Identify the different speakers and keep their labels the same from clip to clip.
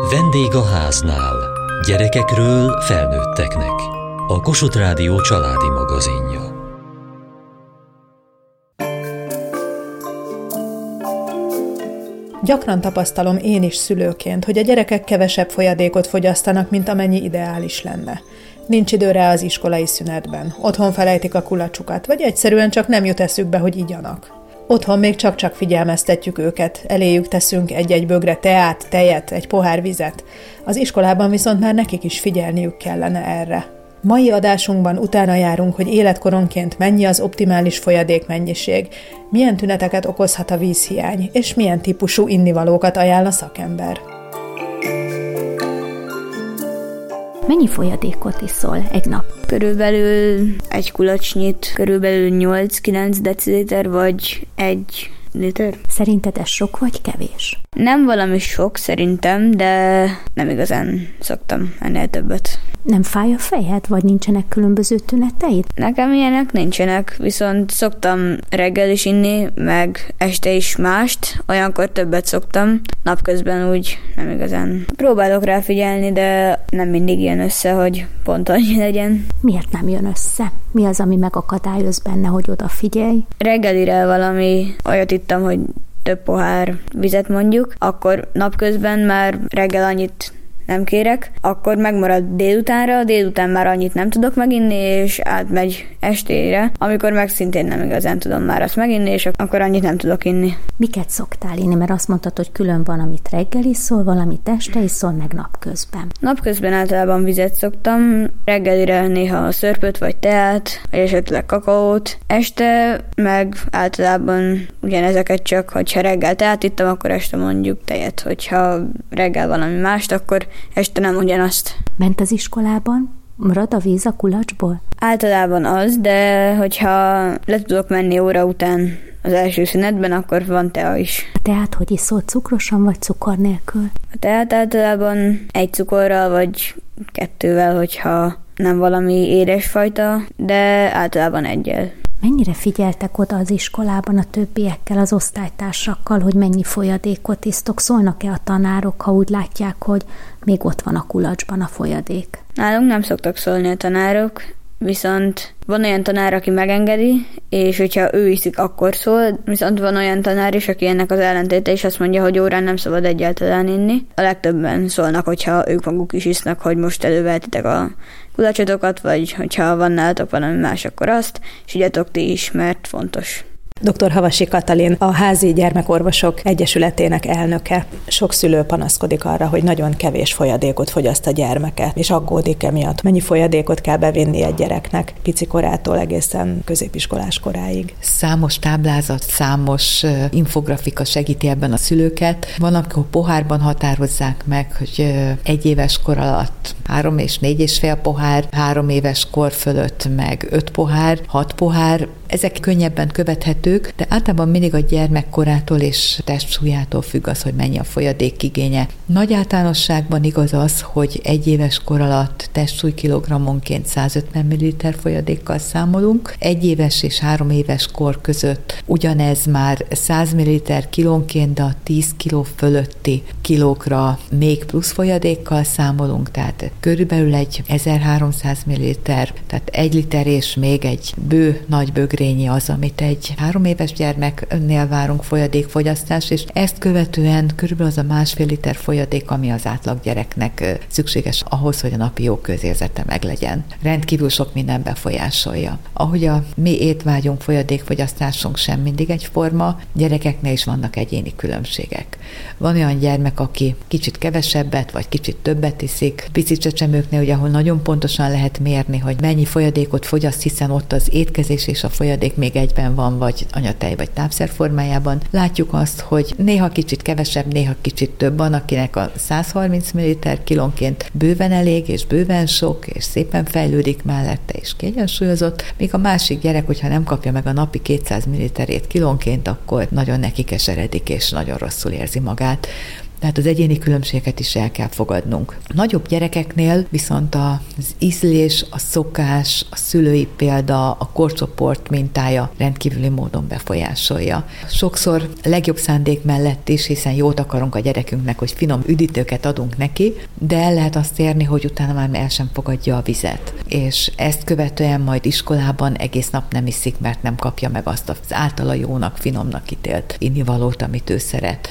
Speaker 1: Vendég a háznál. Gyerekekről felnőtteknek. A Kossuth Rádió családi magazinja.
Speaker 2: Gyakran tapasztalom én is szülőként, hogy a gyerekek kevesebb folyadékot fogyasztanak, mint amennyi ideális lenne. Nincs idő rá az iskolai szünetben, otthon felejtik a kulacsukat, vagy egyszerűen csak nem jut eszükbe, hogy igyanak. Otthon még csak-csak figyelmeztetjük őket, eléjük teszünk egy-egy bögre teát, tejet, egy pohár vizet. Az iskolában viszont már nekik is figyelniük kellene erre. Mai adásunkban utána járunk, hogy életkoronként mennyi az optimális folyadékmennyiség, milyen tüneteket okozhat a vízhiány, és milyen típusú innivalókat ajánl a szakember.
Speaker 3: Mennyi folyadékot iszol egy nap?
Speaker 4: Körülbelül egy kulacsnyit, körülbelül 8-9 deciliter vagy 1 liter.
Speaker 3: Szerinted ez sok vagy kevés?
Speaker 4: Nem valami sok szerintem, de nem igazán szoktam ennél többet.
Speaker 3: Nem fáj a fejed, vagy nincsenek különböző tüneteid?
Speaker 4: Nekem ilyenek nincsenek, viszont szoktam reggel is inni, meg este is mást, olyankor többet szoktam, napközben úgy nem igazán. Próbálok rá figyelni, de nem mindig jön össze, hogy pont annyi legyen.
Speaker 3: Miért nem jön össze? Mi az, ami megakadályoz benne, hogy odafigyelj?
Speaker 4: Reggelire valami olyat ittam, hogy több pohár vizet mondjuk, akkor napközben már reggel annyit nem kérek, akkor megmarad délutánra, délután már annyit nem tudok meginni, és átmegy estére, amikor meg szintén nem igazán tudom már azt meginni, és akkor annyit nem tudok inni.
Speaker 3: Miket szoktál inni? Mert azt mondtad, hogy külön van, amit reggel iszol, valamit este iszol, meg napközben.
Speaker 4: Napközben általában vizet szoktam, reggelire néha szörpöt vagy teát, vagy esetleg kakaót. Este meg általában ugyanezeket, csak hogyha reggel teát ittam, akkor este mondjuk tejet, hogyha reggel valami mást, akkor este nem ugyanazt.
Speaker 3: Bent az iskolában marad a víz a kulacsból?
Speaker 4: Általában az, de hogyha le tudok menni óra után az első szünetben, akkor van tea is.
Speaker 3: A teát hogy iszol, cukrosan vagy cukor nélkül?
Speaker 4: A teát általában 1 cukorral vagy 2-vel, hogyha nem valami édesfajta, de általában 1-el.
Speaker 3: Mennyire figyeltek oda az iskolában a többiekkel, az osztálytársakkal, hogy mennyi folyadékot isztok? Szólnak-e a tanárok, ha úgy látják, hogy még ott van a kulacsban a folyadék?
Speaker 4: Nálunk nem szoktak szólni a tanárok, viszont van olyan tanár, aki megengedi, és hogyha ő iszik, akkor szól, viszont van olyan tanár is, aki ennek az ellentéte, és azt mondja, hogy órán nem szabad egyáltalán inni. A legtöbben szólnak, hogyha ők maguk is isznak, hogy most elővehetitek a kulacsotokat, vagy hogyha van nálatok valami más, akkor azt, és igyatok ti is, mert fontos.
Speaker 2: Dr. Havasi Katalin, a Házi Gyermekorvosok Egyesületének elnöke. Sok szülő panaszkodik arra, hogy nagyon kevés folyadékot fogyaszt a gyermeke, és aggódik emiatt. Mennyi folyadékot kell bevinni egy gyereknek, picikorától egészen középiskolás koráig?
Speaker 5: Számos táblázat, számos infografika segíti ebben a szülőket. Van, amikor pohárban határozzák meg, hogy 1 éves kor alatt 3 és 4,5 pohár, 3 éves kor fölött meg 5 pohár, 6 pohár. Ezek könnyebben követhetők, de általában mindig a gyermekkorától és testsúlyától függ az, hogy mennyi a folyadék igénye. Nagy általánosságban igaz az, hogy 1 éves kor alatt testsúly kilogrammonként 150 ml folyadékkal számolunk, 1 éves és 3 éves kor között ugyanez már 100 ml kilónként, de a 10 kg fölötti kilókra még plusz folyadékkal számolunk, tehát körülbelül egy 1300 ml, tehát 1 liter és még egy bő nagy bögrényi az, amit egy 3 éves gyermeknél várunk folyadékfogyasztás, és ezt követően körülbelül az a 1,5 liter folyadék, ami az átlag gyereknek szükséges ahhoz, hogy a napi jó közérzete meglegyen. Rendkívül sok minden befolyásolja. Ahogy a mi étvágyunk, folyadékfogyasztásunk sem mindig egyforma, gyerekeknél is vannak egyéni különbségek. Van olyan gyermek, aki kicsit kevesebbet, vagy kicsit többet iszik. Pici csecsemőknél, ugye, ahol nagyon pontosan lehet mérni, hogy mennyi folyadékot fogyaszt, hiszen ott az étkezés és a folyadék még egyben van, vagy anyatej, vagy tápszer formájában. Látjuk azt, hogy néha kicsit kevesebb, néha kicsit több van, akinek a 130 ml kilónként bőven elég, és bőven sok, és szépen fejlődik mellette, és kiegyensúlyozott, míg a másik gyerek, hogyha nem kapja meg a napi 200 ml kilónként, akkor nagyon neki keseredik, és nagyon rosszul érzi magát. Tehát az egyéni különbségeket is el kell fogadnunk. A nagyobb gyerekeknél viszont az ízlés, a szokás, a szülői példa, a korcsoport mintája rendkívüli módon befolyásolja. Sokszor legjobb szándék mellett is, hiszen jót akarunk a gyerekünknek, hogy finom üdítőket adunk neki, de el lehet azt érni, hogy utána már el sem fogadja a vizet. És ezt követően majd iskolában egész nap nem iszik, mert nem kapja meg azt az általa jónak, finomnak ítélt innivalót, amit ő szeret.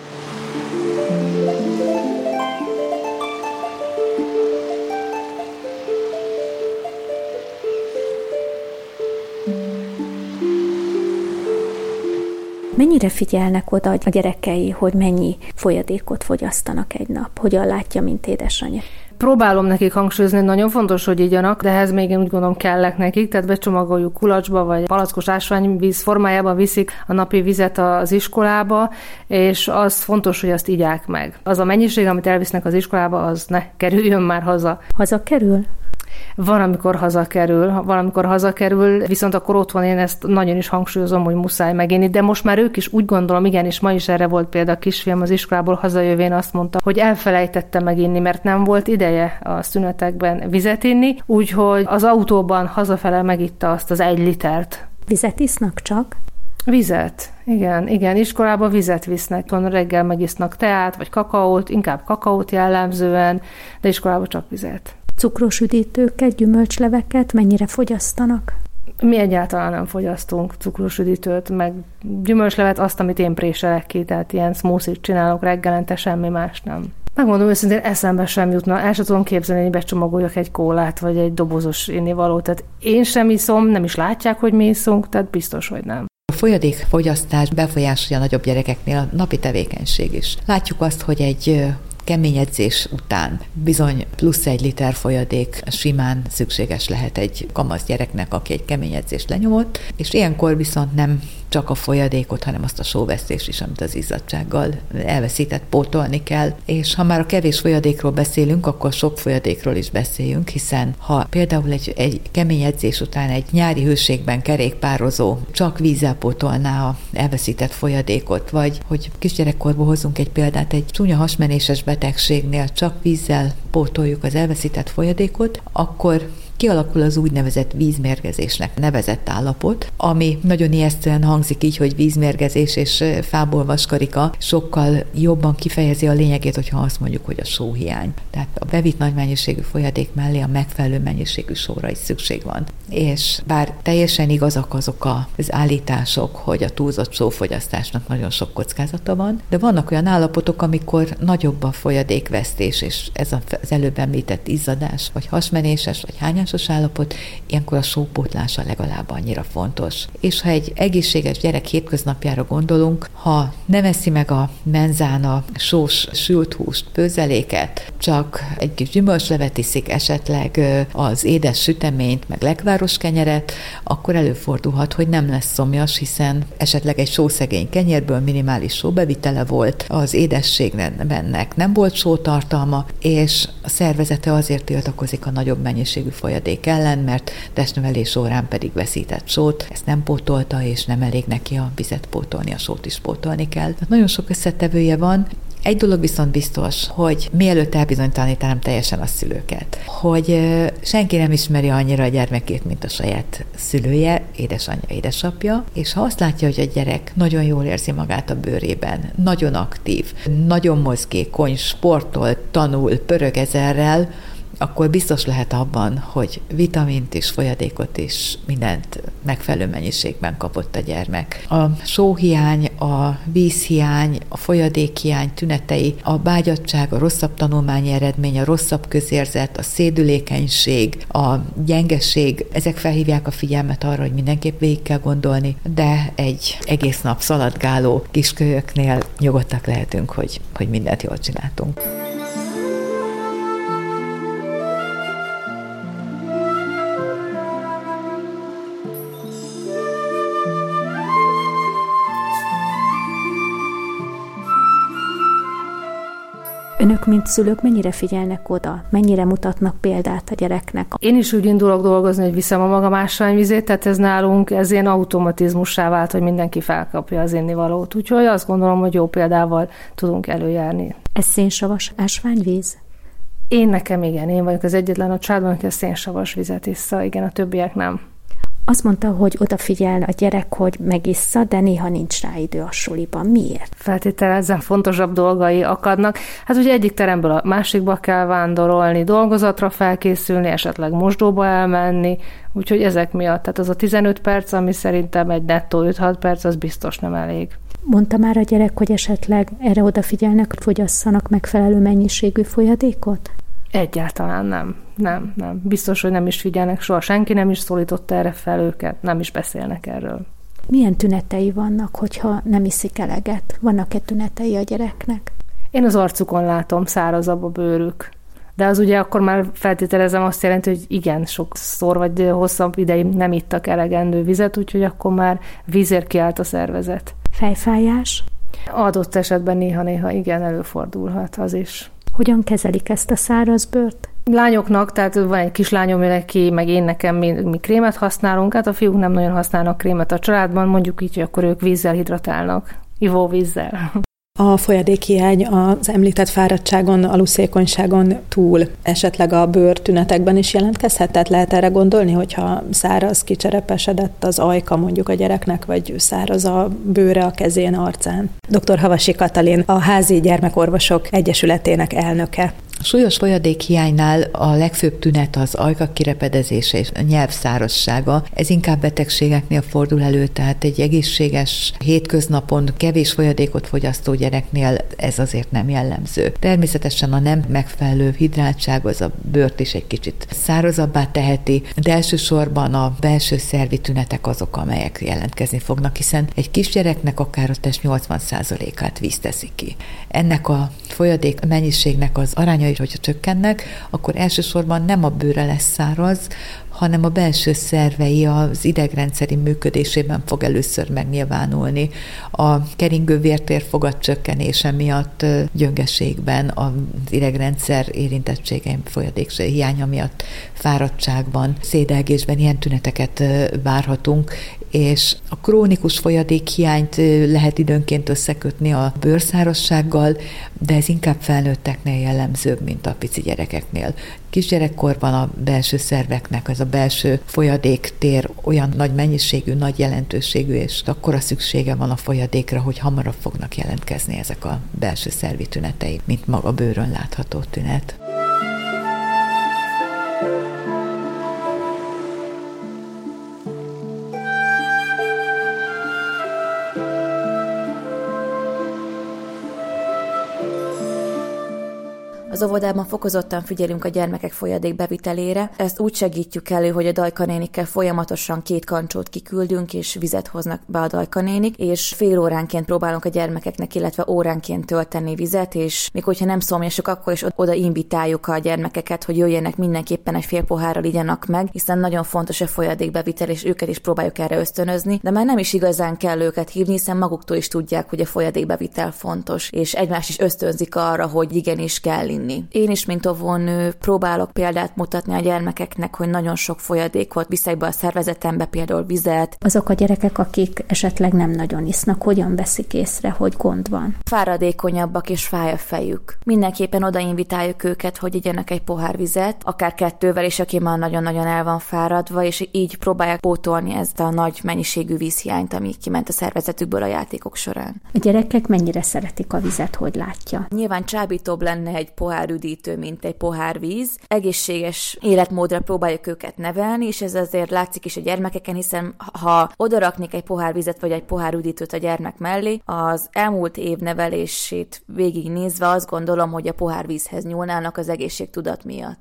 Speaker 3: Mennyire figyelnek oda a gyerekei, hogy mennyi folyadékot fogyasztanak egy nap? Hogyan látja, mint édesanyja?
Speaker 6: Próbálom nekik hangsúlyozni, hogy nagyon fontos, hogy igyanak, de ehhez még én úgy gondolom kellek nekik, tehát becsomagoljuk kulacsba, vagy palackos ásványvíz formájában viszik a napi vizet az iskolába, és az fontos, hogy azt igyák meg. Az a mennyiség, amit elvisznek az iskolába, az ne kerüljön már haza.
Speaker 3: Haza kerül?
Speaker 6: Van, amikor hazakerül, viszont akkor otthon én ezt nagyon is hangsúlyozom, hogy muszáj meginni, de most már ők is úgy gondolom, igen, és ma is erre volt példa, a kisfiam az iskolából hazajövén azt mondta, hogy elfelejtette meginni, mert nem volt ideje a szünetekben vizet inni, úgyhogy az autóban hazafele megitta azt az 1 litert.
Speaker 3: Vizet isznak csak?
Speaker 6: Vizet, igen, iskolába vizet visznek, reggel megisznak teát, vagy kakaót, inkább kakaót jellemzően, de iskolába csak vizet.
Speaker 3: Cukros üdítőket, gyümölcsleveket mennyire fogyasztanak?
Speaker 6: Mi egyáltalán nem fogyasztunk cukros üdítőt, meg gyümölcslevet, azt, amit én préselek ki, tehát ilyen smoothie-t csinálok reggelente, semmi más nem. Megmondom őszintén, eszembe sem jutna, el sem tudom képzelni, hogy becsomagoljak egy kólát, vagy egy dobozos innivalót, tehát én sem iszom, nem is látják, hogy mi iszunk, tehát biztos, hogy nem.
Speaker 5: A folyadékfogyasztás befolyásolja a nagyobb gyerekeknél a napi tevékenység is. Látjuk azt, hogy egy kemény edzés után bizony plusz 1 liter folyadék simán szükséges lehet egy kamasz gyereknek, aki egy kemény edzést lenyomott, és ilyenkor viszont nem csak a folyadékot, hanem azt a sóvesztést is, amit az izzadsággal elveszített, pótolni kell. És ha már a kevés folyadékról beszélünk, akkor sok folyadékról is beszéljünk, hiszen ha például egy kemény edzés után egy nyári hőségben kerékpározó csak vízzel pótolná a elveszített folyadékot, vagy hogy kisgyerekkorból hozunk egy példát, egy csúnya hasmenéses betegségnél csak vízzel pótoljuk az elveszített folyadékot, akkor kialakul az úgynevezett vízmérgezésnek nevezett állapot, ami nagyon ijesztően hangzik így, hogy vízmérgezés és fából vaskarika, sokkal jobban kifejezi a lényegét, hogyha azt mondjuk, hogy a sóhiány. Tehát a bevitt nagy mennyiségű folyadék mellé a megfelelő mennyiségű sóra is szükség van. És bár teljesen igazak azok az állítások, hogy a túlzott sófogyasztásnak nagyon sok kockázata van, de vannak olyan állapotok, amikor nagyobb a folyadékvesztés, és ez az előbb említett izzadás, vagy hasmenéses, vagy hányásos állapot, ilyenkor a sópótlása legalább annyira fontos. És ha egy egészséges gyerek hétköznapjára gondolunk, ha nem eszi meg a menzán a sós sült húst, főzeléket, csak egy kis gyümölcslevet iszik, esetleg az édes süteményt, meg lekváros kenyeret, akkor előfordulhat, hogy nem lesz szomjas, hiszen esetleg egy sószegény kenyérből minimális sóbevitele volt, az édességnek nem volt sótartalma, és a szervezete azért tiltakozik a nagyobb mennyiségű folyadék ellen, mert testnevelés órán pedig veszített sót, ezt nem pótolta, és nem elég neki a vizet pótolni, a sót is pótolni kell. Tehát nagyon sok összetevője van. Egy dolog viszont biztos, hogy mielőtt elbizonytalanítanám teljesen a szülőket, hogy senki nem ismeri annyira a gyermekét, mint a saját szülője, édesanyja, édesapja, és ha azt látja, hogy a gyerek nagyon jól érzi magát a bőrében, nagyon aktív, nagyon mozgékony, sportol, tanul, pörög ezerrel, akkor biztos lehet abban, hogy vitamint is, folyadékot is, mindent megfelelő mennyiségben kapott a gyermek. A sóhiány, a vízhiány, a folyadékhiány tünetei, a bágyadtság, a rosszabb tanulmányi eredmény, a rosszabb közérzet, a szédülékenység, a gyengeség, ezek felhívják a figyelmet arra, hogy mindenképp végig kell gondolni, de egy egész nap szaladgáló kiskölyöknél nyugodtak lehetünk, hogy mindent jól csináltunk.
Speaker 3: Önök, mint szülők, mennyire figyelnek oda? Mennyire mutatnak példát a gyereknek?
Speaker 6: Én is úgy indulok dolgozni, hogy viszem a magam ásványvizét, tehát ez nálunk ez ilyen automatizmussá vált, hogy mindenki felkapja az ennivalót. Úgyhogy azt gondolom, hogy jó példával tudunk előjárni.
Speaker 3: Ez szénsavas ásványvíz?
Speaker 6: Nekem igen, én vagyok az egyetlen a családban, aki a szénsavas vizet issza, igen, a többiek nem.
Speaker 3: Azt mondta, hogy odafigyel a gyerek, hogy megissza, de néha nincs rá idő a suliban. Miért?
Speaker 6: Feltételezem, fontosabb dolgai akadnak. Hát ugye egyik teremből a másikba kell vándorolni, dolgozatra felkészülni, esetleg mosdóba elmenni, úgyhogy ezek miatt. Tehát az a 15 perc, ami szerintem egy nettó 5-6 perc, az biztos nem elég.
Speaker 3: Mondta már a gyerek, hogy esetleg erre odafigyelnek, hogy fogyasszanak megfelelő mennyiségű folyadékot?
Speaker 6: Egyáltalán nem. Biztos, hogy nem is figyelnek soha. Senki nem is szólította erre fel őket, nem is beszélnek erről.
Speaker 3: Milyen tünetei vannak, hogyha nem iszik eleget? Vannak-e tünetei a gyereknek?
Speaker 6: Én az arcukon látom, szárazabb a bőrük. De az ugye akkor már feltételezem azt jelenti, hogy igen, sokszor vagy hosszabb ideig nem ittak elegendő vizet, úgyhogy akkor már vízért kiállt a szervezet.
Speaker 3: Fejfájás?
Speaker 6: Adott esetben néha igen, előfordulhat az is.
Speaker 3: Hogyan kezelik ezt a száraz bőrt?
Speaker 6: Lányoknak, tehát van egy kislányom, neki, meg én nekem mi krémet használunk, hát a fiúk nem nagyon használnak krémet a családban, mondjuk így, hogy akkor ők vízzel hidratálnak, ivóvízzel.
Speaker 2: A folyadékhiány az említett fáradtságon, aluszékonyságon túl esetleg a bőrtünetekben is jelentkezhet? Tehát lehet erre gondolni, hogyha száraz, kicserepesedett az ajka mondjuk a gyereknek, vagy száraz a bőre a kezén, arcán? Dr. Havasi Katalin, a Házi Gyermekorvosok Egyesületének elnöke.
Speaker 5: A súlyos folyadékhiánynál a legfőbb tünet az ajkak kirepedezése és a nyelv szárazsága. Ez inkább betegségeknél fordul elő, tehát egy egészséges hétköznapon kevés folyadékot fogyasztó gyereknél ez azért nem jellemző. Természetesen a nem megfelelő hidráltság az a bőrt is egy kicsit szárazabbá teheti, de elsősorban a belső szervi tünetek azok, amelyek jelentkezni fognak, hiszen egy kisgyereknek akár a test 80%-át víz teszi ki. Ennek a folyadék mennyiségnek az aránya is, hogyha csökkennek, akkor elsősorban nem a bőre lesz száraz, hanem a belső szervei, az idegrendszeri működésében fog először megnyilvánulni. A keringő vértérfogat csökkenése miatt gyöngeségben, az idegrendszer érintettsége, folyadék hiánya miatt fáradtságban, szédelgésben ilyen tüneteket várhatunk, és a krónikus folyadékhiányt lehet időnként összekötni a bőrszárazsággal, de ez inkább felnőtteknél jellemzőbb, mint a pici gyerekeknél. Kisgyerekkorban a belső szerveknek ez a belső folyadéktér olyan nagy mennyiségű, nagy jelentőségű, és akkora szüksége van a folyadékra, hogy hamarabb fognak jelentkezni ezek a belső szervi tünetei, mint maga bőrön látható tünet.
Speaker 7: Az óvodában fokozottan figyelünk a gyermekek folyadékbevitelére. Ezt úgy segítjük elő, hogy a dajkanénikkel folyamatosan 2 kancsót kiküldünk, és vizet hoznak be a dajkanénik, és fél óránként próbálunk a gyermekeknek, illetve óránként tölteni vizet, és még hogyha nem szomjasak, akkor is oda invitáljuk a gyermekeket, hogy jöjjenek mindenképpen egy fél pohárral igyanak meg, hiszen nagyon fontos a folyadékbevitel, és őket is próbáljuk erre ösztönözni, de már nem is igazán kell őket hívni, hiszen maguktól is tudják, hogy a folyadékbevitel fontos, és egymást is ösztönzik arra, hogy igenis kell inni. Én is, mint óvónő, próbálok példát mutatni a gyermekeknek, hogy nagyon sok folyadékot viszek be a szervezetembe, például vizet.
Speaker 3: Azok a gyerekek, akik esetleg nem nagyon isznak, hogyan veszik észre, hogy gond van?
Speaker 7: Fáradékonyabbak és fáj a fejük. Mindenképpen odainvitáljuk őket, hogy igyanak egy pohár vizet, akár 2-vel is, aki már nagyon-nagyon el van fáradva, és így próbálják pótolni ezt a nagy mennyiségű vízhiányt, ami kiment a szervezetükből a játékok során.
Speaker 3: A gyerekek mennyire szeretik a vizet, hogy látja?
Speaker 7: Nyilván csábítóbb lenne egy pohárüdítő, mint egy pohár víz. Egészséges életmódra próbáljuk őket nevelni, és ez azért látszik is a gyermekeken, hiszen ha odaraknék egy pohár vizet vagy egy pohár üdítőt a gyermek mellé, az elmúlt év nevelését végignézve azt gondolom, hogy a pohár vízhez nyúlnának az egészségtudat miatt.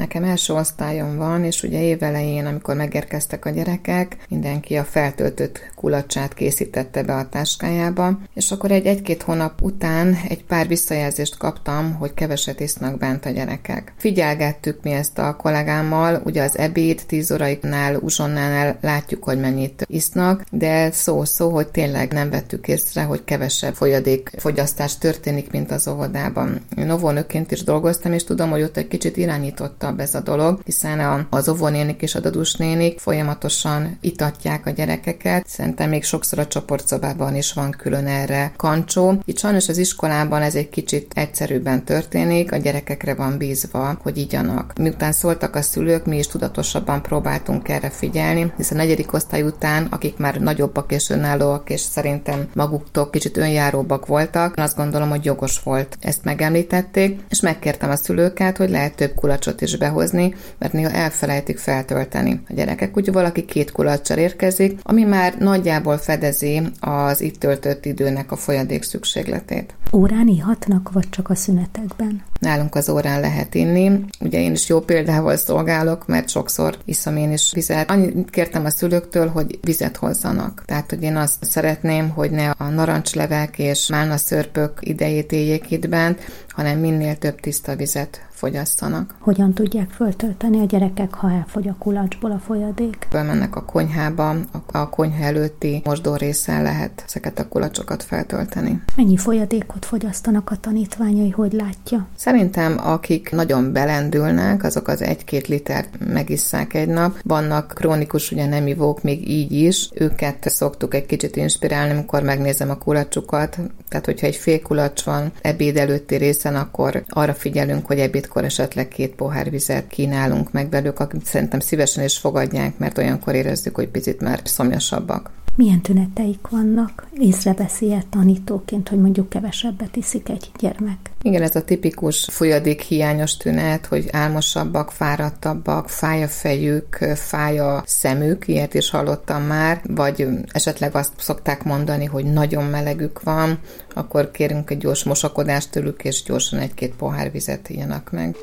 Speaker 8: Nekem első osztályom van, és ugye évelején, amikor megérkeztek a gyerekek, mindenki a feltöltött kulacsát készítette be a táskájába, és akkor egy-két hónap után egy pár visszajelzést kaptam, hogy keveset isznak bent a gyerekek. Figyelgettük mi ezt a kollégámmal, ugye az ebéd 10 óraiknál, uzsonnánál látjuk, hogy mennyit isznak, de szó-szó, hogy tényleg nem vettük észre, hogy kevesebb folyadékfogyasztás történik, mint az óvodában. Én óvónőként is dolgoztam, és tudom, hogy ott egy kicsit irányítottabb ez a dolog, hiszen az óvónénik és a dadusnénik folyamatosan itatják a gyerekeket. Szerintem még sokszor a csoportszobában is van külön erre kancsó. Itt sajnos az iskolában ez egy kicsit egyszerűbben történik, a gyerekekre van bízva, hogy igyanak. Miután szóltak a szülők, mi is tudatosabban próbáltunk erre figyelni, hiszen a 4. osztály után, akik már nagyobbak és önállóak, és szerintem maguktól kicsit önjáróbbak voltak, azt gondolom, hogy jogos volt. Ezt megemlítették, és megkértem a szülőket, hogy lehet több kulacsot is behozni, mert néha elfelejtik feltölteni a gyerekek. Úgy valaki 2 kulacsal érkezik, ami már nagyjából fedezi az itt töltött időnek a folyadék szükségletét.
Speaker 3: Órán ihatnak, vagy csak a szünetekben?
Speaker 8: Nálunk az órán lehet inni. Ugye én is jó példával szolgálok, mert sokszor iszom én is vizet. Annyit kértem a szülőktől, hogy vizet hozzanak. Tehát, hogy én azt szeretném, hogy ne a narancslevek és málnaszörpök idejét éljék itt bent, hanem minél több tiszta vizet fogyasszanak.
Speaker 3: Hogyan tudják föltölteni a gyerekek, ha elfogy a kulacsból a folyadék?
Speaker 8: Bemennek a konyhába, a konyha előtti mosdórészen lehet ezeket a kulacsokat feltölteni.
Speaker 3: Mennyi folyadékot fogyasztanak a tanítványai, hogy látja?
Speaker 8: Szerintem, akik nagyon belendülnek, azok az 1-2 litert megisszák egy nap. Vannak krónikus ugye nem ivók még így is. Őket szoktuk egy kicsit inspirálni, amikor megnézem a kulacsukat. Tehát, hogyha egy fél kulacs van ebéd előtti részen, akkor arra figyelünk, hogy ebédkor esetleg 2 pohár vizet kínálunk meg velük, akik szerintem szívesen is fogadják, mert olyankor érezzük, hogy picit már szomjasabbak.
Speaker 3: Milyen tüneteik vannak? Észreveszi-e tanítóként, hogy mondjuk kevesebbet iszik egy gyermek?
Speaker 8: Igen, ez a tipikus folyadékhiányos tünet, hogy álmosabbak, fáradtabbak, fáj a fejük, fáj a szemük, ilyet is hallottam már, vagy esetleg azt szokták mondani, hogy nagyon melegük van, akkor kérünk egy gyors mosakodást tőlük, és gyorsan 1-2 pohár vizet igyanak meg.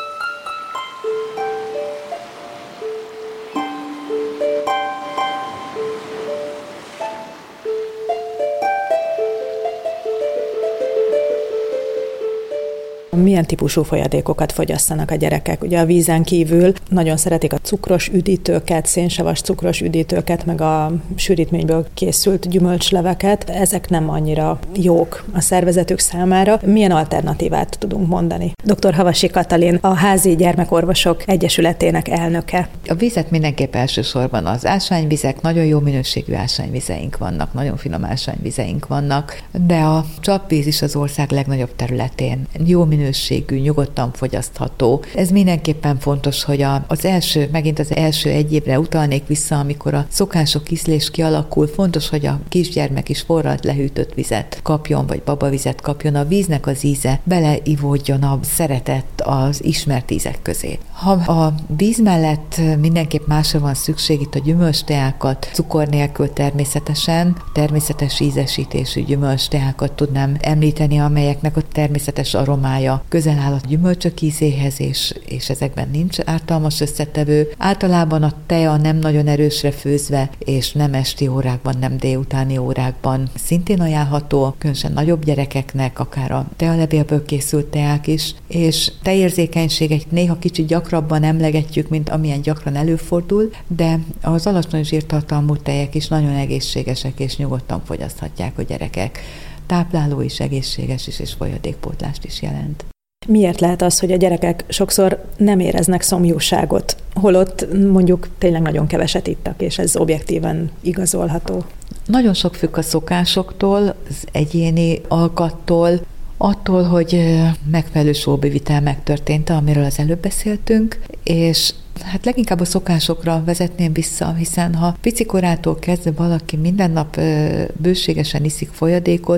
Speaker 2: Milyen típusú folyadékokat fogyasztanak a gyerekek? Ugye a vízen kívül nagyon szeretik a cukros üdítőket, szénsavas cukros üdítőket, meg a sűrítményből készült gyümölcsleveket. Ezek nem annyira jók a szervezetük számára. Milyen alternatívát tudunk mondani? Dr. Havasi Katalin, a Házi Gyermekorvosok Egyesületének elnöke.
Speaker 5: A vizet mindenképp elsősorban az ásványvizek, nagyon jó minőségű ásványvizeink vannak, nagyon finom ásványvizeink vannak, de a csapvíz is az ország legnagyobb területén jó minőségű, nyugodtan fogyasztható. Ez mindenképpen fontos, hogy az első 1 évre utalnék vissza, amikor a szokások ízlés kialakul, fontos, hogy a kisgyermek is forralt lehűtött vizet kapjon, vagy babavizet kapjon, a víznek az íze beleivódjon a szeretett az ismert ízek közé. Ha a víz mellett mindenképp másra van szükség, itt a gyümölcsteákat, cukor nélkül természetesen, természetes ízesítésű gyümölcsteákat tudnám említeni, amelyeknek a természetes aromája közel áll a gyümölcsök ízéhez, és ezekben nincs ártalmas összetevő. Általában a tea nem nagyon erősre főzve, és nem esti órákban, nem délutáni órákban szintén ajánlható, különösen nagyobb gyerekeknek, akár a tealevélből készült teák is, és tejérzékenységet néha kicsit gyakrabban emlegetjük, mint amilyen gyakran előfordul, de az alacsony zsírtartalmú tejek is nagyon egészségesek, és nyugodtan fogyaszthatják a gyerekek. Tápláló is, egészséges is, és folyadékpótlást is jelent.
Speaker 2: Miért lehet az, hogy a gyerekek sokszor nem éreznek szomjúságot, holott mondjuk tényleg nagyon keveset ittak, és ez objektíven igazolható?
Speaker 5: Nagyon sok függ a szokásoktól, az egyéni alkattól, attól, hogy megfelelő sóbővitel megtörtént, amiről az előbb beszéltünk, és hát leginkább a szokásokra vezetném vissza, hiszen ha picikorától kezdve valaki minden nap bőségesen iszik folyadékot,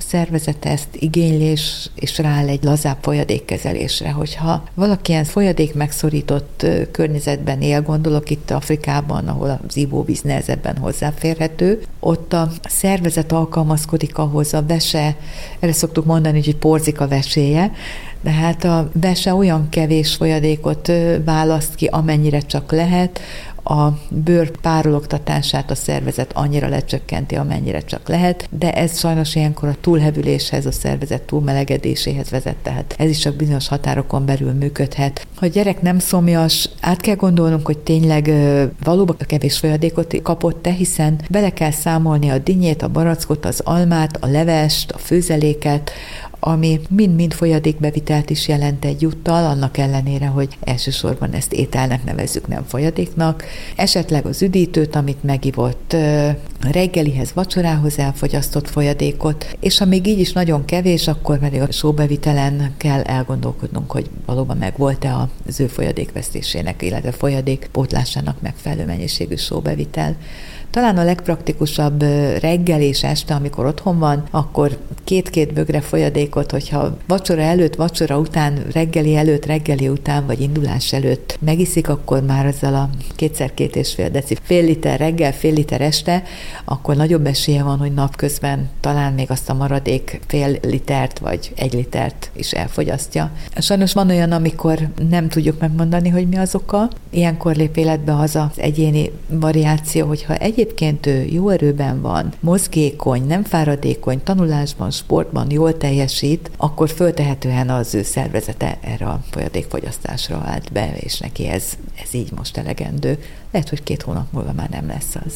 Speaker 5: szervezete ezt igényli, és rááll egy lazább folyadékkezelésre. Hogyha valaki ilyen folyadék megszorított környezetben él, gondolok itt Afrikában, ahol az ivóvíz nehezebben hozzáférhető, ott a szervezet alkalmazkodik ahhoz, a vese, erre szoktuk mondani, hogy porzika veséje, de hát a vese olyan kevés folyadékot választ ki, amennyire csak lehet, a bőr párologtatását a szervezet annyira lecsökkenti, amennyire csak lehet, de ez sajnos ilyenkor a túlhevüléshez, a szervezet túlmelegedéséhez vezet, tehát ez is csak bizonyos határokon belül működhet. Ha a gyerek nem szomjas, át kell gondolnunk, hogy tényleg valóban kevés folyadékot kapott-e, hiszen bele kell számolni a dinnyét, a barackot, az almát, a levest, a főzeléket, ami mind-mind folyadékbevitelt is jelent egyúttal, annak ellenére, hogy elsősorban ezt ételnek nevezzük, nem folyadéknak. Esetleg az üdítőt, amit megivott, reggelihez, vacsorához elfogyasztott folyadékot, és ha még így is nagyon kevés, akkor pedig a sóbevitelen kell elgondolkodnunk, hogy valóban megvolt-e az ő folyadékvesztésének, illetve folyadékpótlásának megfelelő mennyiségű sóbevitel. Talán a legpraktikusabb reggel és este, amikor otthon van, akkor 2-2 bögre folyadékot, hogyha vacsora előtt, vacsora után, reggeli előtt, reggeli után, vagy indulás előtt megiszik, akkor már ezzel a 2x2,5 deci, fél liter reggel, fél liter este, akkor nagyobb esélye van, hogy napközben talán még azt a maradék fél litert, vagy 1 litert is elfogyasztja. Sajnos van olyan, amikor nem tudjuk megmondani, hogy mi az oka. Ilyenkor lép életbe az az egyéni variáció, hogyha egyébként ő jó erőben van, mozgékony, nem fáradékony, tanulásban, sportban jól teljesít, akkor föltehetően az ő szervezete erre a folyadékfogyasztásra állt be, és neki ez így most elegendő. Lehet, hogy 2 hónap múlva már nem lesz az.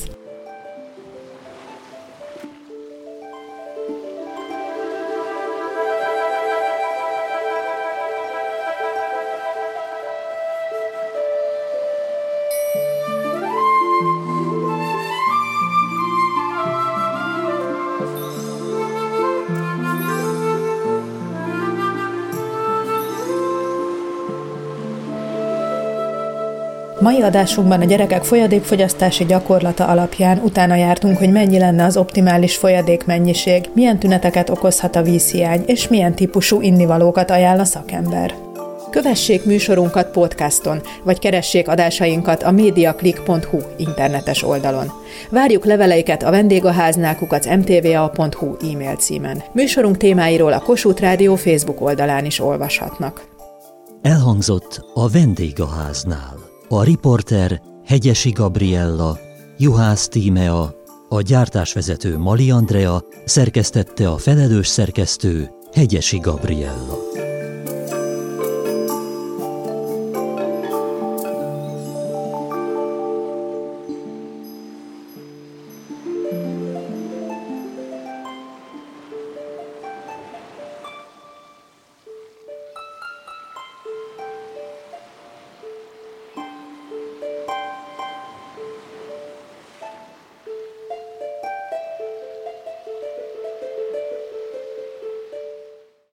Speaker 2: Mai adásunkban a gyerekek folyadékfogyasztási gyakorlata alapján utána jártunk, hogy mennyi lenne az optimális folyadékmennyiség, milyen tüneteket okozhat a vízhiány, és milyen típusú innivalókat ajánl a szakember. Kövessék műsorunkat podcaston, vagy keressék adásainkat a mediaclick.hu internetes oldalon. Várjuk leveleiket a vendégháznál@mtva.hu e-mail címen. Műsorunk témáiról a Kossuth Rádió Facebook oldalán is olvashatnak.
Speaker 1: Elhangzott a Vendégháznál. A riporter Hegyesi Gabriella, Juhász Tímea, a gyártásvezető Mali Andrea, szerkesztette a felelős szerkesztő Hegyesi Gabriella.